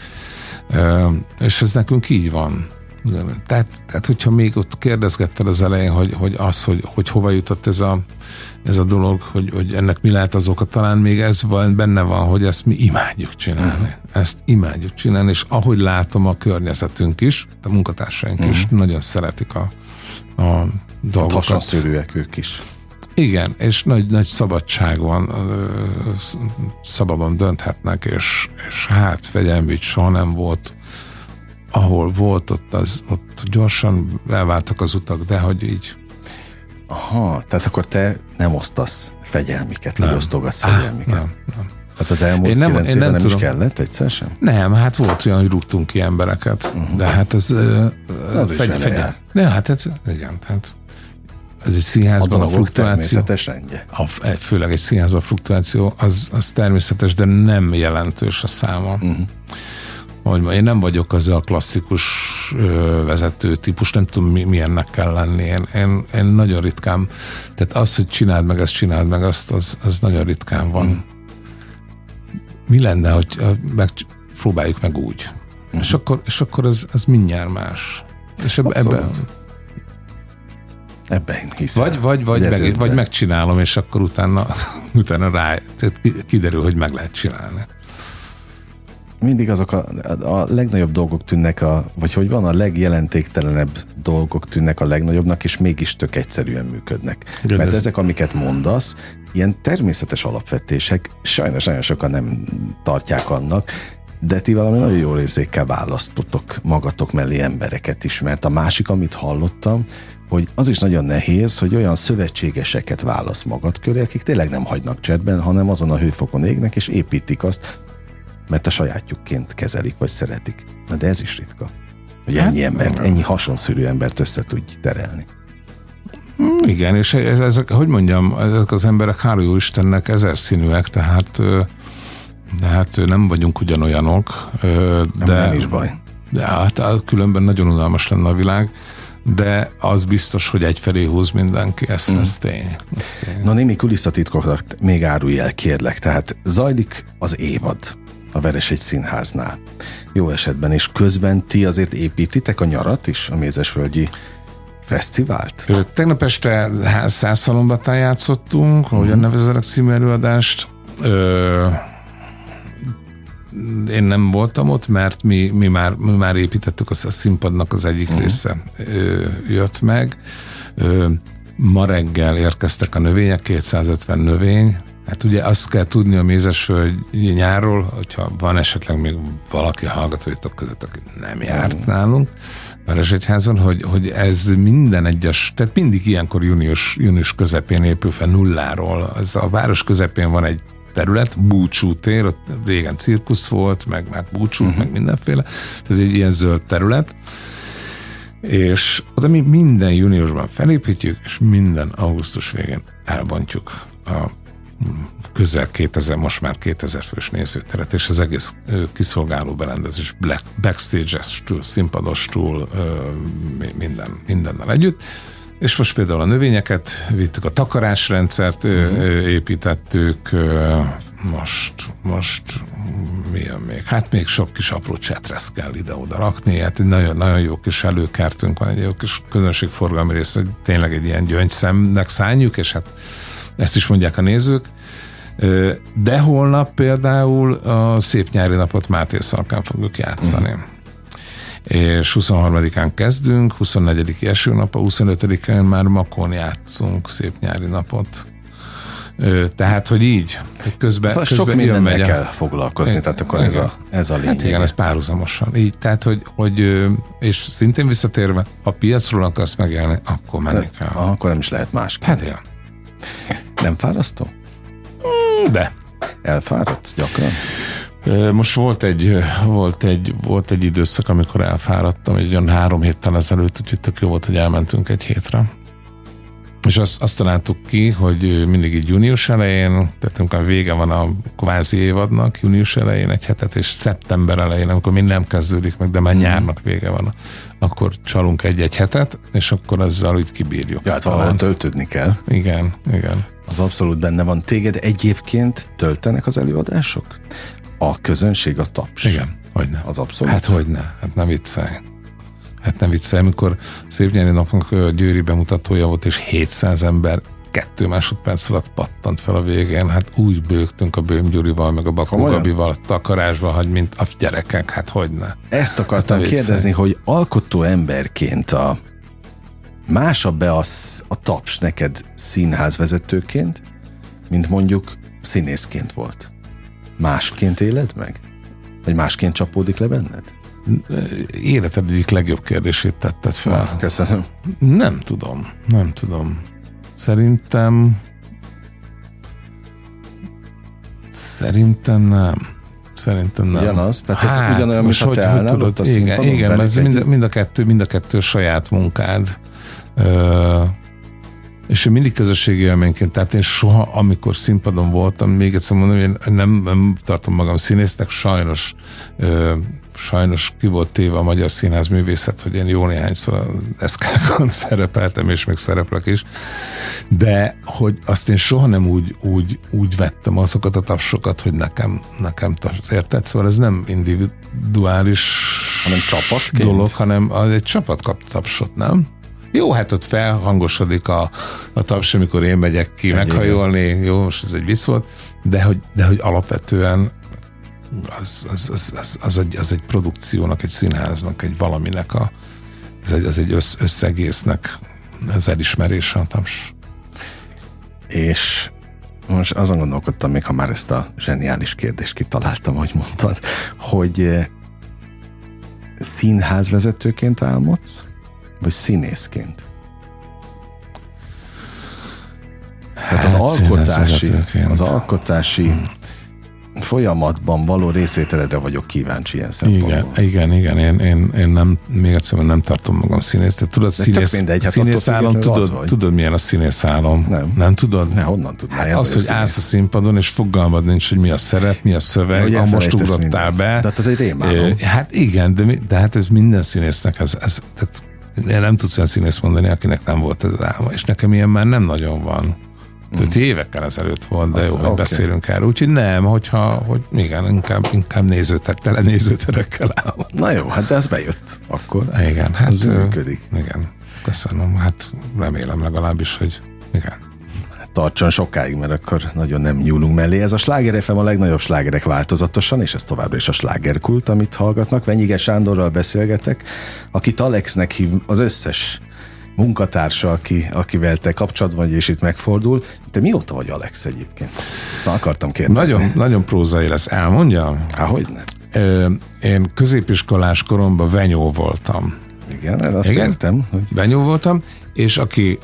És ez nekünk így van. Tehát hogyha még ott kérdezgetted az elején, hogy hova jutott ez a dolog, hogy ennek mi lehet az oka, talán még ez benne van, hogy ezt mi imádjuk csinálni. Ezt imádjuk csinálni, és ahogy látom, a környezetünk is, a munkatársaink is nagyon szeretik a dolgokat. Hasonszörűek ők is. Igen, és nagy szabadság van, szabadon dönthetnek, és hát fegyelmügy soha nem volt. Ahol volt, ott gyorsan elváltak az utak, de hogy így. Aha, tehát akkor te nem osztasz fegyelmiket, vagy osztogatsz fegyelmiket. Nem. Hát az elmúlt 9 évben nem is kellett egyszer sem? Nem, hát volt olyan, hogy rúgtunk ki embereket, de hát ez fegyelmi. De hát igen, tehát ez egy színházban a fluktuáció. Természetes rendje. Főleg egy színházban a fluktuáció, az természetes, de nem jelentős a száma. Én nem vagyok az a klasszikus vezető típus, nem tudom milyennek kell lenni. Én nagyon ritkán, tehát az, hogy csináld meg azt, az nagyon ritkán van. Mi lenne, hogy próbáljuk meg úgy. És akkor ez mindjárt más. És Ebben én hiszem. Vagy megcsinálom, és akkor utána kiderül, hogy meg lehet csinálni. Mindig azok a legnagyobb dolgok tűnnek, vagy hogy van, a legjelentéktelenebb dolgok tűnnek a legnagyobbnak, és mégis tök egyszerűen működnek. Mert ezek, amiket mondasz, ilyen természetes alapvetések, sajnos nagyon sokan nem tartják annak, de ti valami nagyon jó érzékkel választotok magatok mellé embereket is, mert a másik, amit hallottam, hogy az is nagyon nehéz, hogy olyan szövetségeseket válasz magad köré, akik tényleg nem hagynak cserben, hanem azon a hőfokon égnek, és építik azt, mert a sajátjukként kezelik, vagy szeretik. Na de ez is ritka, hogy ennyi hasonszörű embert össze tudj terelni. Igen, és ezek, hogy mondjam, ezek az emberek, hála jó Istennek, ezerszínűek, tehát nem vagyunk ugyanolyanok. Nem is baj. De hát különben nagyon unalmas lenne a világ, de az biztos, hogy egyfelé húz mindenki, ez tény. Na, némi kulisszatitkokat még árulj el, kérlek. Tehát zajlik az évad a Veresegy Színháznál. Jó esetben, és közben ti azért építitek a nyarat is, a Mézesvölgyi fesztivált? Tegnap este Százszalombatán játszottunk, ahogyan nevezelek című előadást. Én nem voltam ott, mert mi már építettük, a színpadnak az egyik része jött meg. Ma reggel érkeztek a növények, 250 növény. Hát ugye azt kell tudni a Mézesvölgyi nyárról, hogyha van esetleg még valaki hallgatóitok között, aki nem járt nálunk Veresegyházon, hogy ez minden egyes, tehát mindig ilyenkor június közepén épül fel nulláról. Ez a város közepén van egy terület, búcsútér, ott régen cirkusz volt, meg már búcsú, meg mindenféle. Ez egy ilyen zöld terület. És oda mi minden júniusban felépítjük, és minden augusztus végén elbontjuk a közel 2000, most már 2000 fős nézőteret, és az egész kiszolgáló berendezés, backstage-estől, színpadostól, mindennel együtt. És most például a növényeket vittük, a takarásrendszert építettük, most mi jön még? Hát még sok kis apró csetreszt kell ide-oda rakni, hát egy nagyon, nagyon jó kis előkertünk van, egy jó kis közönségforgalmi rész, hogy tényleg egy ilyen gyöngyszemnek szánjuk, és hát ezt is mondják a nézők. De holnap például a Szép nyári napot Máté Szalkán fogjuk játszani. és 23-án kezdünk, 24. esőnap, a 25-én már Makón játszunk szép nyári napot. Tehát, hogy így, közben sok mindennel kell foglalkozni, tehát akkor ez a lényeg. Hát igen, ez párhuzamosan. Így, tehát, hogy és szintén visszatérve, ha piacról akarsz megélni, akkor menni kell. Akkor nem is lehet másként. Hát igen. Nem fárasztó? De. Elfáradt gyakran? Most volt egy időszak, amikor elfáradtam, egy olyan 3 héttel ezelőtt, úgyhogy tök jó volt, hogy elmentünk egy hétre. És azt találtuk ki, hogy mindig így június elején, tehát amikor vége van a kvázi évadnak, június elején egy hetet, és szeptember elején, amikor mind nem kezdődik meg, de már nyárnak vége van, akkor csalunk egy hetet, és akkor ezzel úgy kibírjuk. Ja, hát valahol töltődni kell. Igen. Az abszolút benne van. Téged egyébként töltenek az előadások? A közönség, a taps? Igen, hogyne. Az abszolút? Hát hogyne, hát nem viccelj. Amikor szép nyári napnak a győri bemutatója volt, és 700 ember 2 másodperc alatt pattant fel a végén, hát úgy bőgtünk a Böhm Gyurival, meg a Bakó Gabival, takarásba, hogy mint a gyerekek, hát hogyne. Ezt akartam kérdezni, hogy alkotó emberként másabb-e a taps neked színházvezetőként, mint mondjuk színészként volt? Másként éled meg? Vagy másként csapódik le benned? Életed egyik legjobb kérdését tetted fel. Köszönöm. Nem tudom. Szerintem nem. Ugyanaz? Tehát ez ugyanolyan, mint ha te állnál ott a színpadon? Igen, ez mind a kettő saját munkád. És mindig közösségi élményként, tehát én soha, amikor színpadon voltam, még egyszer mondom, én nem tartom magam színésznek, sajnos ki volt téve a magyar színház művészet, hogy én jó néhányszor az SK-kon szerepeltem, és még szereplek is, de hogy azt én soha nem úgy vettem azokat a tapsokat, hogy nekem érted? Szóval ez nem individuális hanem csapatként dolog, hanem egy csapat kap tapsot, nem? Jó, hát ott felhangosodik a taps, amikor én megyek ki meghajolni, jó, most ez egy vicc volt, de hogy alapvetően az egy produkciónak, egy színháznak, egy valaminek, ez egy összegésznek az elismerése a taps. És most azon gondolkodtam, még ha már ezt a zseniális kérdést kitaláltam, hogy mondtad, hogy színházvezetőként álmodsz, vagy színészként? Tehát az alkotási folyamatban való részvételedre vagyok kíváncsi ilyen szempontból. Igen, én nem, még egyszer nem tartom magam színész. Te tudod, színészálom, tudod milyen a színészálom? Nem tudod? Ne, honnan tudnál? Hát az, hogy állsz a színpadon, és fogalmad nincs, hogy mi a szerep, mi a szöveg, ja, most ugrottál be. De hát ez egy rémálom. Hát igen, de hát ez minden színésznek tehát nem tudsz olyan színész mondani, akinek nem volt ez az álma, és nekem ilyen már nem nagyon van. Tehát évekkel ezelőtt volt, de jó, hogy beszélünk erről. Úgyhogy nem, hogy igen, inkább nézőterekkel áll. Na jó, hát de ez bejött akkor. Igen, hát ez működik. Igen, köszönöm. Hát remélem legalábbis, hogy igen. Tartson sokáig, mert akkor nagyon nem nyúlunk mellé. Ez a Sláger FM, a legnagyobb slágerek változatosan, és ez továbbra is a slágerkult, amit hallgatnak. Venyige Sándorral beszélgetek, akit Alexnek hív az összes munkatársa, akivel te kapcsolatban vagy, és itt megfordul. Te mióta vagy Alex egyébként? Szóval akartam kérdezni. Nagyon prózai lesz. Elmondjam? Há, hogyne? Én középiskolás koromban venyó voltam. Igen, azt értem. Hogy... Venyó voltam, és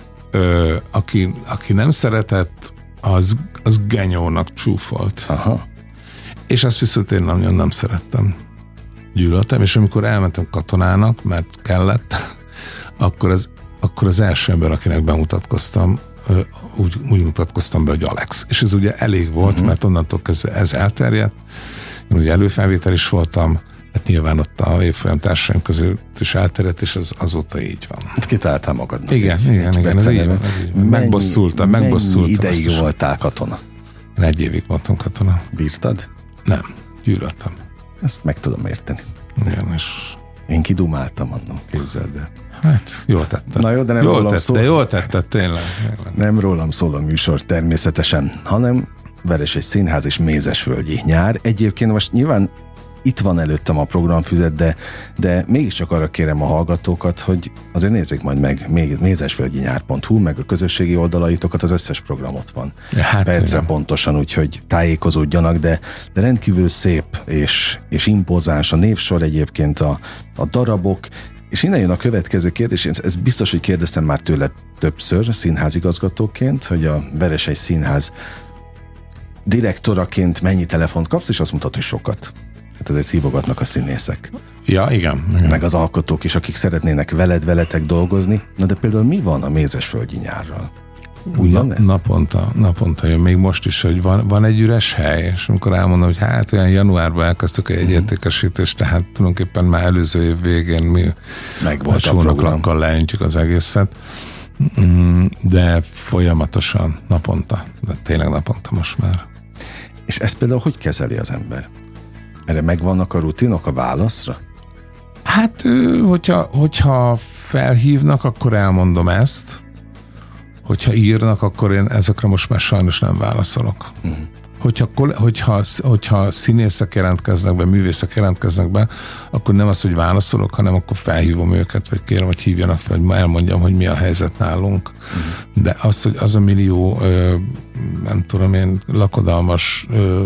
aki nem szeretett, az genyónak csúfolt. Aha. És azt viszont én nagyon nem szerettem. Gyűlöltem, és amikor elmentem katonának, mert kellett, akkor az első ember, akinek bemutatkoztam, úgy mutatkoztam be, hogy Alex. És ez ugye elég volt, mert onnantól kezdve ez elterjedt. Én ugye előfelvétel is voltam, hát nyilván ott a évfolyam társaim között is elterjedt, és az azóta így van. Hát kitáltál magadnak. Igen, ez így van. Megbosszultam. Mennyi ideig voltál katona? Én 1 évig voltam katona. Bírtad? Nem, gyűlöltem. Ezt meg tudom érteni. Igen, és... Én kidumáltam annak, képzeld el. Hát, jól tetted. Na jó, de nem rólam szól. De jól tetted, tényleg. Nem rólam szól a műsor természetesen, hanem Veresei Színház és Mézesvölgyi nyár. Egyébként most nyilván itt van előttem a programfüzet, de mégiscsak arra kérem a hallgatókat, hogy azért nézzék majd meg mézesvölgyinyár.hu, meg a közösségi oldalaitokat, az összes program ott van. Hát, percre igen. Pontosan, úgyhogy tájékozódjanak, de rendkívül szép és impozáns a névsor egyébként, a darabok, és innen jön a következő kérdés, ez biztos, hogy kérdeztem már tőle többször színházigazgatóként, hogy a Veresei Színház direktoraként mennyi telefont kapsz, és azt mutat, hogy sokat. Hát ezért hívogatnak a színészek. Ja, igen. Meg az alkotók is, akik szeretnének veletek dolgozni. Na de például mi van a Mézesvölgyi nyárral? Naponta jön. Még most is, hogy van egy üres hely, és amikor elmondom, hogy hát olyan januárban elkezdtük egy értékesítést, tehát tulajdonképpen már előző év végén mi a csónaklakkal leöntjük az egészet. De folyamatosan, naponta. De tényleg naponta most már. És ezt például hogy kezeli az ember? Erre megvannak a rutinok a válaszra? Hát, hogyha felhívnak, akkor elmondom ezt. Hogyha írnak, akkor én ezekre most már sajnos nem válaszolok. Hogyha színészek jelentkeznek be, művészek jelentkeznek be, akkor nem az, hogy válaszolok, hanem akkor felhívom őket, vagy kérem, hogy hívjanak fel, hogy elmondjam, hogy mi a helyzet nálunk. De az, hogy az a millió, nem tudom én, lakodalmas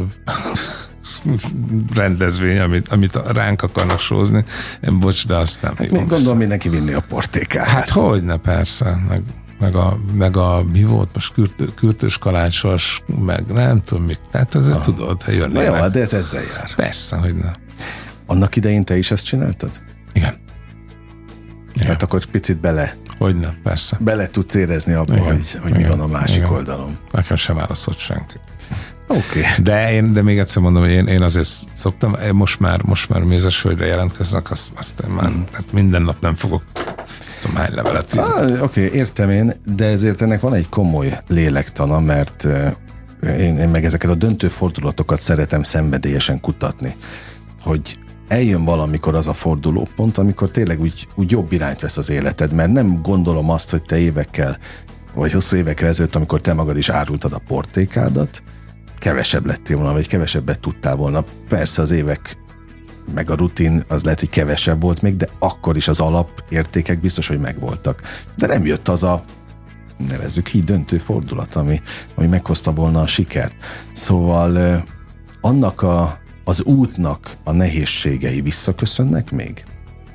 rendezvény, amit ránk akarnak sózni, bocs, de azt nem hívom. Gondolom mindenki vinni a portékát. Hát hogyne, persze, meg a mi volt most kürtős kalácsos, meg nem tudom mik, tehát azért tudod, ha jönnének. Na jó, de ez ezzel jár. Persze, hogy nem. Annak idején te is ezt csináltad? Igen. Hát akkor picit Hogyne, persze. Bele tudsz érezni abba, hogy mi van a másik oldalon. Nekem sem válaszolt senki. Oké. De még egyszer mondom, hogy én azért szoktam, most már Mézesvölgyre jelentkeznek, azt én már tehát minden nap nem fogok tudom hány levelet írni. Oké, értem én, de ezért ennek van egy komoly lélektana, mert én meg ezeket a döntő fordulatokat szeretem szenvedélyesen kutatni, hogy eljön valamikor az a fordulópont, amikor tényleg úgy jobb irányt vesz az életed, mert nem gondolom azt, hogy te évekkel, vagy hosszú évekkel ezelőtt, amikor te magad is árultad a portékádat, kevesebb lettél volna, vagy kevesebbet tudtál volna. Persze az évek meg a rutin az lehet, hogy kevesebb volt még, de akkor is az alapértékek biztos, hogy megvoltak. De nem jött az a, nevezzük így, döntő fordulat, ami meghozta volna a sikert. Szóval annak az útnak a nehézségei visszaköszönnek még?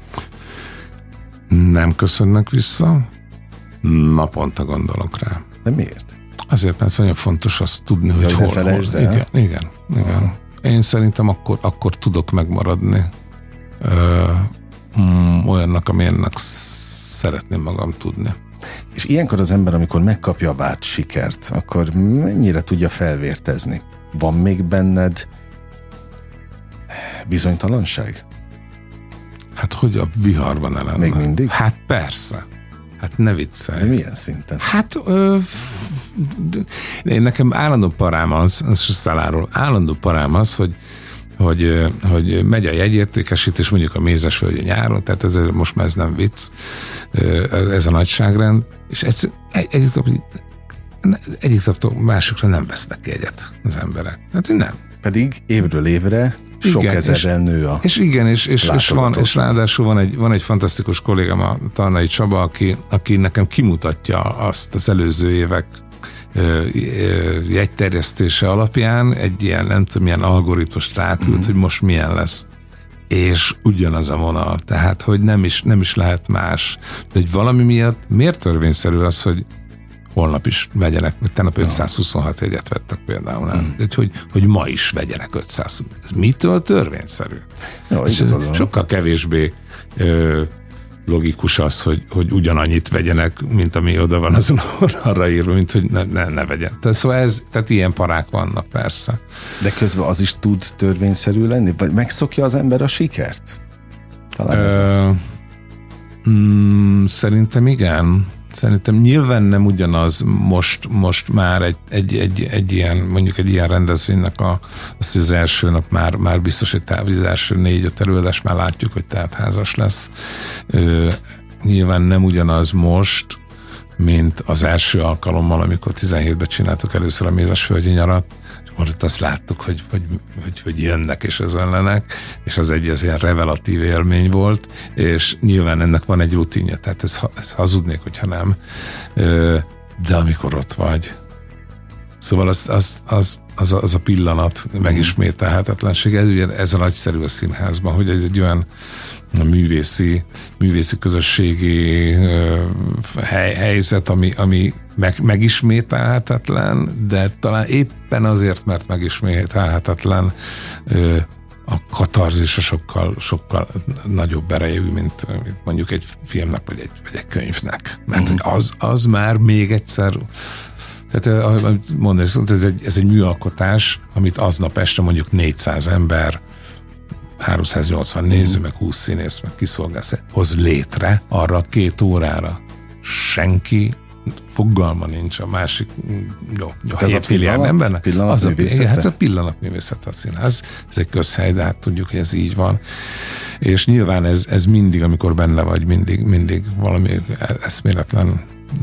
Nem köszönnek vissza. Naponta gondolok rá. De miért? Azért, mert nagyon fontos azt tudni, hogy hol. Igen. Én szerintem akkor tudok megmaradni olyannak, amilyennek szeretném magam tudni. És ilyenkor az ember, amikor megkapja a várt sikert, akkor mennyire tudja felvértezni? Van még benned bizonytalanság? Hát hogy a viharban lenne? Még mindig? Hát persze. Hát ne viccelj. De milyen szinten? Hát nekem állandó parám az hogy megy a jegyértékesítés, mondjuk a Mézesvölgyi nyáron, tehát most már ez nem vicc, ez a nagyságrend, és egyik naptól másikra nem vesznek jegyet az emberek. Hát nem. Pedig évről évre sok ezerrel nő a és ráadásul van egy fantasztikus kollégám, a Tarnai Csaba, aki nekem kimutatja azt az előző évek jegyterjesztése alapján egy ilyen, nem tudom, milyen algoritmust ráküld, hogy most milyen lesz. És ugyanaz a vonal. Tehát, hogy nem is lehet más. De egy valami miatt miért törvényszerű az, hogy holnap is vegyenek, mert tegnap 526 jegyet vettek például. Hogy ma is vegyenek 500. Ez mitől törvényszerű? Sokkal kevésbé logikus az, hogy ugyanannyit vegyenek, mint ami oda van azon arra írva, mint hogy ne vegyen. Tehát ilyen parák vannak, persze. De közben az is tud törvényszerű lenni? Vagy megszokja az ember a sikert? Talán szerintem igen. Szerintem nyilván nem ugyanaz most már egy ilyen, mondjuk egy ilyen rendezvénynek azt, hogy az első nap már biztos, hogy az első 4-5 előadás már látjuk, hogy teltházas lesz. Nyilván nem ugyanaz most, mint az első alkalommal, amikor 17-ben csináltuk először a Mézesföldi nyarat, és akkor ott azt láttuk, hogy jönnek és özönlenek, és az egy ilyen revelatív élmény volt, és nyilván ennek van egy rutinja, tehát ez hazudnék, hogyha nem, de amikor ott vagy, szóval az a pillanat megismételhetetlenség, ez a nagyszerű a színházban, hogy ez egy olyan művészi közösségi helyzet, ami megismételhetetlen, de talán éppen azért, mert megismételhetetlen, a katarzisa sokkal nagyobb erejű, mint mondjuk egy filmnek, vagy egy könyvnek. Mert hogy az már még egyszer, tehát ahogy mondani, ez egy műalkotás, amit aznap este mondjuk 400 ember, 380 néző, meg 20 színész, meg kiszolgálsz, hoz létre arra a 2 órára. Senki fogalma nincs a másik 7 milliárd embernek. Ez a pillanatművészete a színház. Ez egy közhely, de hát tudjuk, hogy ez így van. És nyilván ez mindig, amikor benne vagy, mindig valami eszméletlenül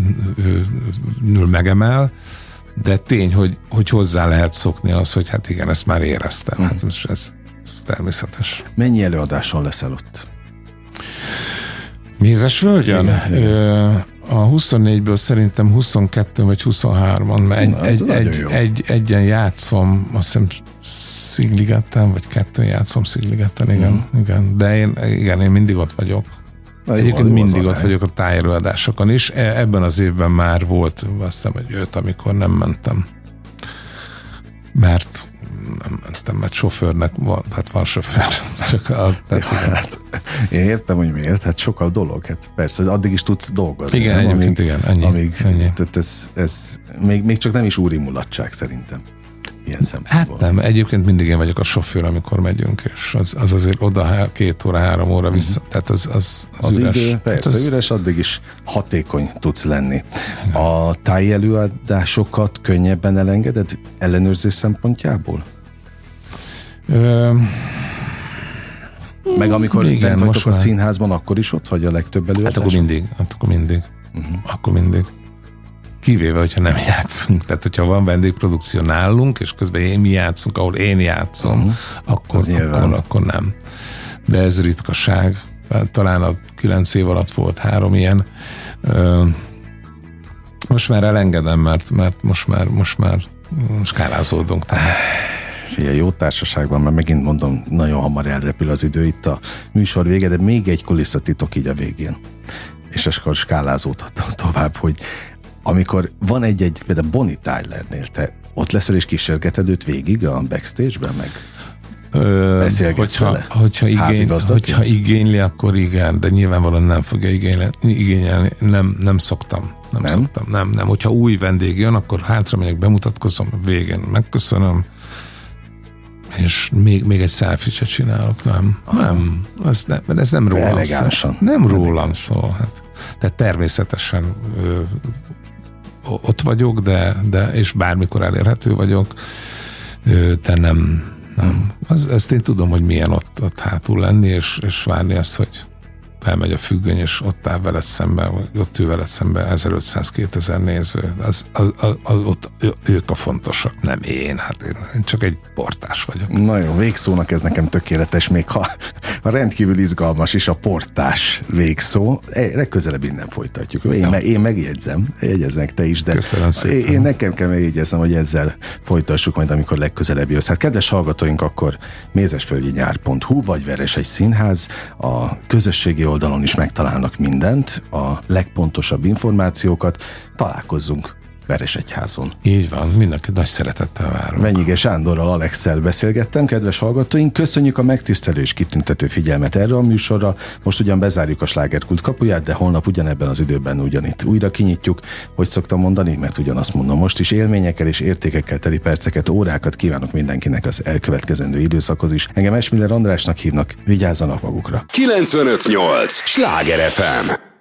megemel, de tény, hogy hozzá lehet szokni az, hogy hát igen, ezt már éreztem. Hát most ez természetes. Mennyi előadáson leszel ott? Mézesvölgyön? A 24-ből szerintem 22 vagy 23-an, mert egyen játszom, azt hiszem Szigligeten, vagy 2 játszom Szigligeten, igen. De én mindig ott vagyok. Egyébként mindig ott vagyok a tájéruadásokon is. Ebben az évben már volt, azt hiszem, hogy 5, amikor nem mentem. Mert sofőrnek van, hát van sofőr. Hát, én értem, hogy miért, hát sokkal dolog. Hát persze, addig is tudsz dolgozni. Igen, egyébként igen, ennyi. Tehát ez még csak nem is úri mulatság szerintem. Ilyen szempontból. Hát nem, egyébként mindig én vagyok a sofőr, amikor megyünk, és az azért oda 2 óra, 3 óra vissza, tehát az üres. Idő, persze, üres, addig is hatékony tudsz lenni. A tájelőadásokat könnyebben elengeded ellenőrzés szempontjából? Meg amikor bent vagytok a színházban, akkor is ott vagy a legtöbb előadás? Hát akkor mindig. Kivéve, hogyha nem játszunk. Tehát, hogyha van vendégprodukció nálunk, és közben mi játszunk, ahol én játszom, akkor nem. De ez ritkaság. Talán a 9 év alatt volt 3 ilyen. Most már elengedem, mert most már skálázódunk. Tehát. Figyelj, jó társaságban, mert megint mondom, nagyon hamar elrepül az idő itt a műsor vége, de még egy kulisszatitok így a végén. És akkor skálázódhatom tovább, hogy amikor van egy például Bonnie Tylernél, te ott leszel és kísérgeted őt végig a backstage-ben, meg beszélgetsz vele? Hogyha igényli, akkor igen, de nyilvánvalóan nem fogja igényelni. Nem szoktam. Nem. Hogyha új vendég jön, akkor hátra megyek, bemutatkozom, végén megköszönöm, és még egy selfie-t csinálok, nem. Ez nem rólam szól. Nem rólam szól. Hát. Tehát természetesen ott vagyok, de és bármikor elérhető vagyok, de nem. Ezt én tudom, hogy milyen ott hátul lenni, és várni azt, hogy felmegy a függöny, és ott áll veled szemben, vagy ott ül veled szemben 1500-2000 néző. Ott ők a fontosak, nem én. Hát én csak egy portás vagyok. Na jó, végszónak ez nekem tökéletes, még ha rendkívül izgalmas is a portás végszó. Legközelebb innen folytatjuk. Én megjegyzem, jegyezz meg te is, de köszönöm szépen. Én nekem kell megjegyeznem, hogy ezzel folytassuk majd, amikor legközelebb jössz. Hát kedves hallgatóink, akkor mézesföldinyár.hu vagy Veresegy Színház, a közösségi oldalon is megtalálnak mindent, a legpontosabb információkat. Találkozzunk Veresegyházon. Így van, mindenki nagy szeretettel várunk. Venyige Sándorral, Alexszel beszélgettem, kedves hallgatóink. Köszönjük a megtisztelő és kitüntető figyelmet erre a műsorra. Most ugyan bezárjuk a Slágerkult kapuját, de holnap ugyanebben az időben ugyanitt újra kinyitjuk. Hogy szoktam mondani, mert ugyanazt mondom most is, élményekkel és értékekkel teli perceket, órákat kívánok mindenkinek az elkövetkezendő időszakhoz is. Engem Esmiller Andrásnak hívnak, vigyázzanak magukra. 95.8 Sláger FM.